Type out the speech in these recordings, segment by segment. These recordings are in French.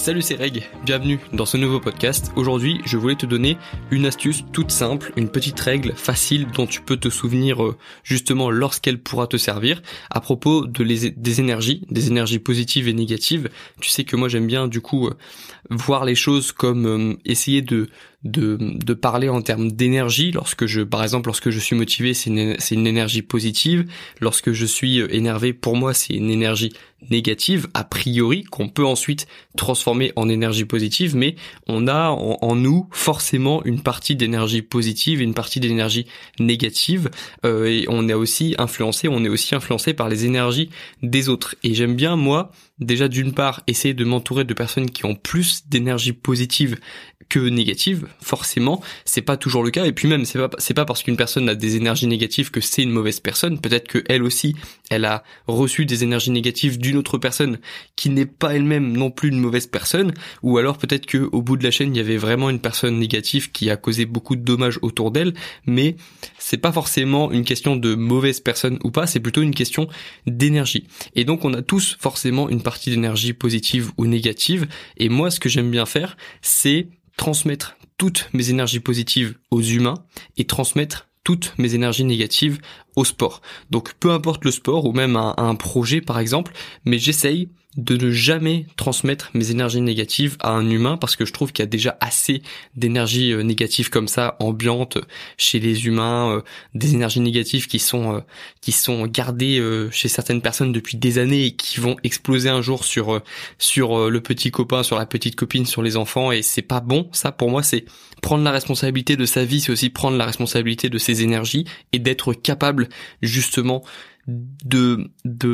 Salut, c'est Reg, bienvenue dans ce nouveau podcast. Aujourd'hui, je voulais te donner une astuce toute simple, une petite règle facile dont tu peux te souvenir justement lorsqu'elle pourra te servir à propos des énergies positives et négatives. Tu sais que moi j'aime bien du coup voir les choses comme essayer de parler en termes d'énergie. Par exemple, lorsque je suis motivé, c'est une énergie positive. Lorsque je suis énervé, pour moi, c'est une énergie négative, a priori, qu'on peut ensuite transformer en énergie positive, mais on a en nous forcément une partie d'énergie positive et une partie d'énergie négative, et on est aussi influencé par les énergies des autres. Et j'aime bien, moi, déjà d'une part, essayer de m'entourer de personnes qui ont plus d'énergie positive que négative. Forcément, c'est pas toujours le cas, et puis même c'est pas parce qu'une personne a des énergies négatives que c'est une mauvaise personne. Peut-être que elle aussi, elle a reçu des énergies négatives d'une autre personne qui n'est pas elle-même non plus une mauvaise personne, ou alors peut-être que au bout de la chaîne, il y avait vraiment une personne négative qui a causé beaucoup de dommages autour d'elle, mais c'est pas forcément une question de mauvaise personne ou pas, c'est plutôt une question d'énergie. Et donc on a tous forcément une partie d'énergie positive ou négative, et moi ce que j'aime bien faire, c'est transmettre toutes mes énergies positives aux humains et transmettre toutes mes énergies négatives au sport. Donc peu importe le sport ou même un projet par exemple, mais j'essaye de ne jamais transmettre mes énergies négatives à un humain parce que je trouve qu'il y a déjà assez d'énergies négatives comme ça ambiantes chez les humains, des énergies négatives qui sont gardées chez certaines personnes depuis des années et qui vont exploser un jour sur le petit copain, sur la petite copine, sur les enfants, et c'est pas bon. Ça pour moi, c'est prendre la responsabilité de sa vie, c'est aussi prendre la responsabilité de ses énergies et d'être capable justement de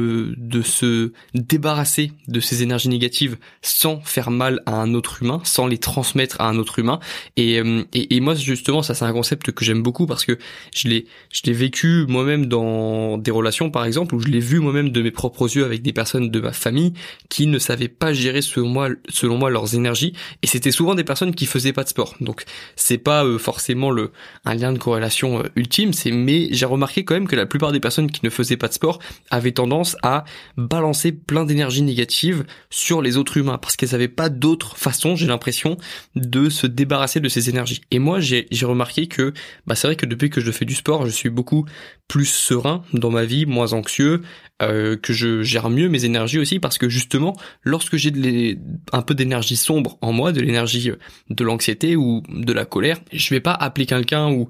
se débarrasser de ces énergies négatives sans faire mal à un autre humain, sans les transmettre à un autre humain. Et moi justement, ça c'est un concept que j'aime beaucoup parce que je l'ai vécu moi-même dans des relations par exemple, où je l'ai vu moi-même de mes propres yeux avec des personnes de ma famille qui ne savaient pas gérer selon moi leurs énergies, et c'était souvent des personnes qui faisaient pas de sport. Donc c'est pas forcément un lien de corrélation ultime, mais j'ai remarqué quand même que la plupart des personnes qui ne faisaient pas de sport avaient tendance à balancer plein d'énergie négative sur les autres humains parce qu'elles n'avaient pas d'autre façon, j'ai l'impression, de se débarrasser de ces énergies. Et moi j'ai remarqué que c'est vrai que depuis que je fais du sport, je suis beaucoup plus serein dans ma vie, moins anxieux, que je gère mieux mes énergies aussi, parce que justement lorsque j'ai un peu d'énergie sombre en moi, de l'énergie de l'anxiété ou de la colère, je vais pas appeler quelqu'un ou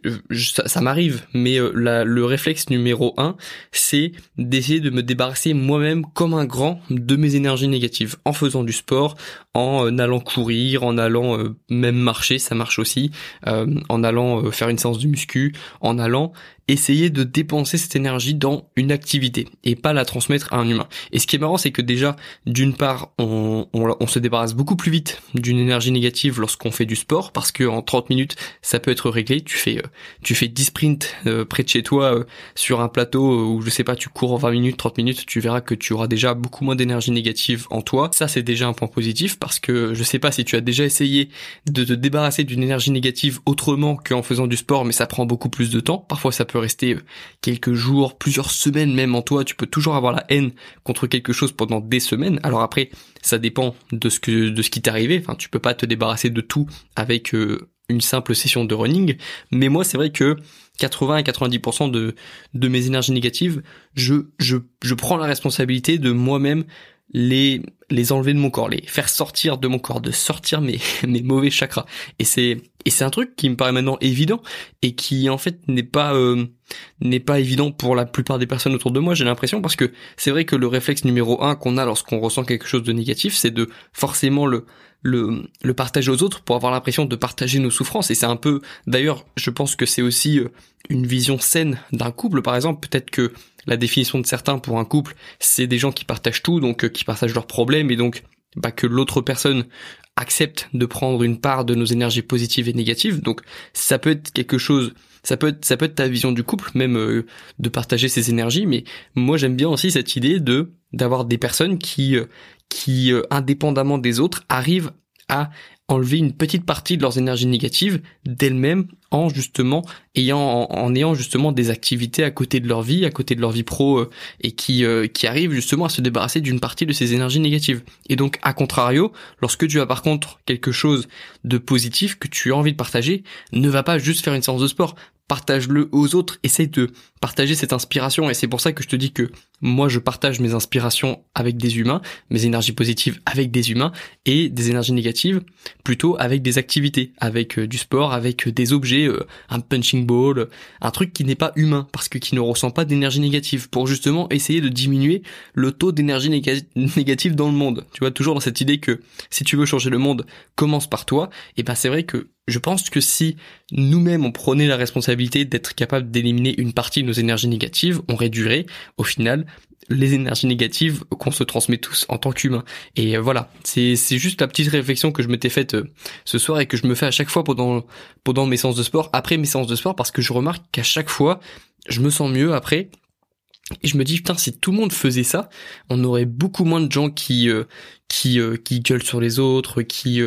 ça m'arrive, mais le réflexe numéro 1, c'est d'essayer de me débarrasser moi-même comme un grand de mes énergies négatives en faisant du sport, en allant courir, en allant même marcher, ça marche aussi, en allant faire une séance de muscu, en allant essayer de dépenser cette énergie dans une activité et pas la transmettre à un humain. Et ce qui est marrant, c'est que déjà, d'une part, on se débarrasse beaucoup plus vite d'une énergie négative lorsqu'on fait du sport, parce que en 30 minutes, ça peut être réglé. Tu fais 10 sprints près de chez toi sur un plateau où je sais pas, tu cours en 20 minutes, 30 minutes, tu verras que tu auras déjà beaucoup moins d'énergie négative en toi. Ça, c'est déjà un point positif, parce que je sais pas si tu as déjà essayé de te débarrasser d'une énergie négative autrement qu'en faisant du sport, mais ça prend beaucoup plus de temps. Parfois, ça peut rester quelques jours, plusieurs semaines même en toi. Tu peux toujours avoir la haine contre quelque chose pendant des semaines. Alors après, ça dépend de ce qui t'est arrivé. Enfin, tu peux pas te débarrasser de tout avec une simple session de running. Mais moi, c'est vrai que 80 à 90% de mes énergies négatives, je prends la responsabilité de moi-même les enlever de mon corps, les faire sortir de mon corps, de sortir mes mauvais chakras. Et c'est un truc qui me paraît maintenant évident et qui en fait n'est pas évident pour la plupart des personnes autour de moi, j'ai l'impression, parce que c'est vrai que le réflexe numéro 1 qu'on a lorsqu'on ressent quelque chose de négatif, c'est de forcément le partager aux autres pour avoir l'impression de partager nos souffrances. Et c'est un peu, d'ailleurs, je pense que c'est aussi une vision saine d'un couple. Par exemple, peut-être que la définition de certains pour un couple, c'est des gens qui partagent tout, donc qui partagent leurs problèmes, et donc que l'autre personne accepte de prendre une part de nos énergies positives et négatives. Donc ça peut être quelque chose, ça peut être ta vision du couple, même de partager ses énergies, mais moi j'aime bien aussi cette idée d'avoir des personnes qui indépendamment des autres, arrivent à enlever une petite partie de leurs énergies négatives d'elles-mêmes en ayant justement des activités à côté de leur vie pro et qui arrivent justement à se débarrasser d'une partie de ces énergies négatives. Et donc à contrario, lorsque tu as par contre quelque chose de positif que tu as envie de partager, ne va pas juste faire une séance de sport. Partage-le aux autres, essaye de partager cette inspiration, et c'est pour ça que je te dis que moi je partage mes inspirations avec des humains, mes énergies positives avec des humains, et des énergies négatives plutôt avec des activités, avec du sport, avec des objets, un punching ball, un truc qui n'est pas humain, parce que qui ne ressent pas d'énergie négative, pour justement essayer de diminuer le taux d'énergie négative dans le monde. Tu vois, toujours dans cette idée que si tu veux changer le monde, commence par toi, et ben c'est vrai que je pense que si nous-mêmes on prenait la responsabilité d'être capable d'éliminer une partie de nos énergies négatives, on réduirait au final les énergies négatives qu'on se transmet tous en tant qu'humains. Et voilà, c'est juste la petite réflexion que je m'étais faite ce soir et que je me fais à chaque fois pendant mes séances de sport, après mes séances de sport, parce que je remarque qu'à chaque fois, je me sens mieux après. Et je me dis, putain, si tout le monde faisait ça, on aurait beaucoup moins de gens qui gueulent sur les autres, qui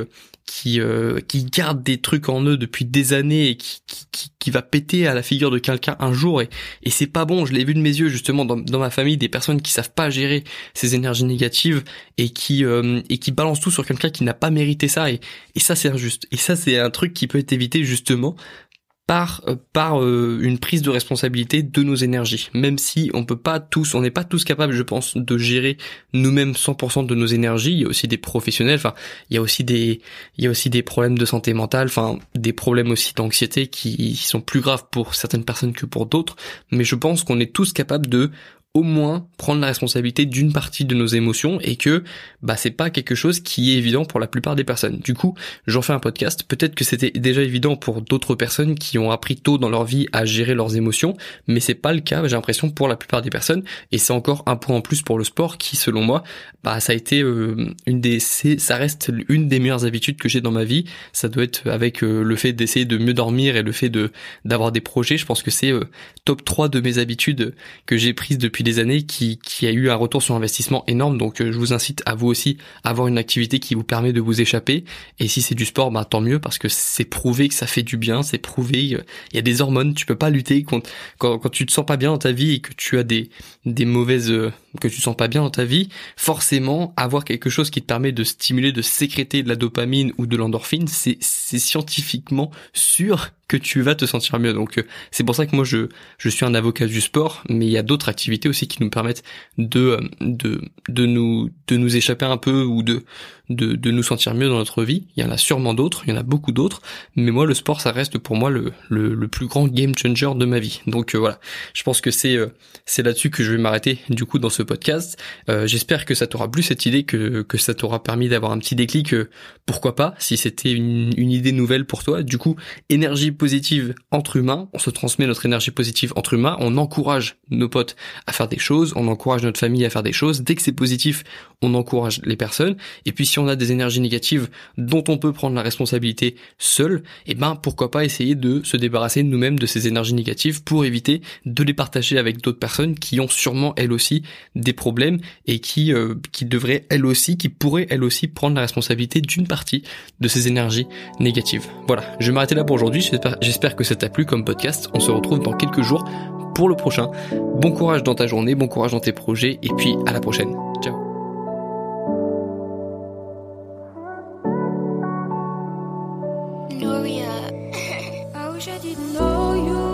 gardent des trucs en eux depuis des années et qui va péter à la figure de quelqu'un un jour, et c'est pas bon. Je l'ai vu de mes yeux justement dans ma famille, des personnes qui savent pas gérer ces énergies négatives et qui balancent tout sur quelqu'un qui n'a pas mérité ça, et ça c'est injuste. Et ça c'est un truc qui peut être évité justement par une prise de responsabilité de nos énergies. Même si on n'est pas tous capables, je pense, de gérer nous-mêmes 100% de nos énergies. Il y a aussi des professionnels, enfin, il y a aussi des problèmes de santé mentale, enfin, des problèmes aussi d'anxiété qui sont plus graves pour certaines personnes que pour d'autres. Mais je pense qu'on est tous capables de au moins prendre la responsabilité d'une partie de nos émotions, et que c'est pas quelque chose qui est évident pour la plupart des personnes. Du coup, j'en fais un podcast. Peut-être que c'était déjà évident pour d'autres personnes qui ont appris tôt dans leur vie à gérer leurs émotions, mais c'est pas le cas, j'ai l'impression, pour la plupart des personnes. Et c'est encore un point en plus pour le sport qui, selon moi, ça a été ça reste une des meilleures habitudes que j'ai dans ma vie. Ça doit être avec le fait d'essayer de mieux dormir et le fait d'avoir des projets. Je pense que c'est top 3 de mes habitudes que j'ai prises depuis des années, qui a eu un retour sur investissement énorme. Donc je vous incite à vous aussi à avoir une activité qui vous permet de vous échapper, et si c'est du sport, tant mieux, parce que c'est prouvé que ça fait du bien, c'est prouvé, il y a des hormones, tu peux pas lutter contre quand tu te sens pas bien dans ta vie et que tu as des mauvaises que tu te sens pas bien dans ta vie. Forcément, avoir quelque chose qui te permet de stimuler, de sécréter de la dopamine ou de l'endorphine, c'est scientifiquement sûr que tu vas te sentir mieux. Donc c'est pour ça que moi je suis un avocat du sport, mais il y a d'autres activités aussi qui nous permettent de nous échapper un peu, ou de nous sentir mieux dans notre vie. Il y en a sûrement d'autres, il y en a beaucoup d'autres, mais moi le sport, ça reste pour moi le plus grand game changer de ma vie. Donc voilà, je pense que c'est là-dessus que je vais m'arrêter du coup dans ce podcast. J'espère que ça t'aura plu, cette idée, que ça t'aura permis d'avoir un petit déclic, pourquoi pas, si c'était une idée nouvelle pour toi. Du coup, énergie positive entre humains, on se transmet notre énergie positive entre humains, on encourage nos potes à faire des choses, on encourage notre famille à faire des choses. Dès que c'est positif, on encourage les personnes. Et puis si on a des énergies négatives dont on peut prendre la responsabilité seul, pourquoi pas essayer de se débarrasser nous-mêmes de ces énergies négatives pour éviter de les partager avec d'autres personnes qui ont sûrement elles aussi des problèmes, et qui pourraient elles aussi prendre la responsabilité d'une partie de ces énergies négatives. Voilà, je vais m'arrêter là pour aujourd'hui. J'espère que ça t'a plu comme podcast. On se retrouve dans quelques jours pour le prochain. Bon courage dans ta journée, bon courage dans tes projets, et puis à la prochaine. Ciao. Noria, I wish I didn't know you.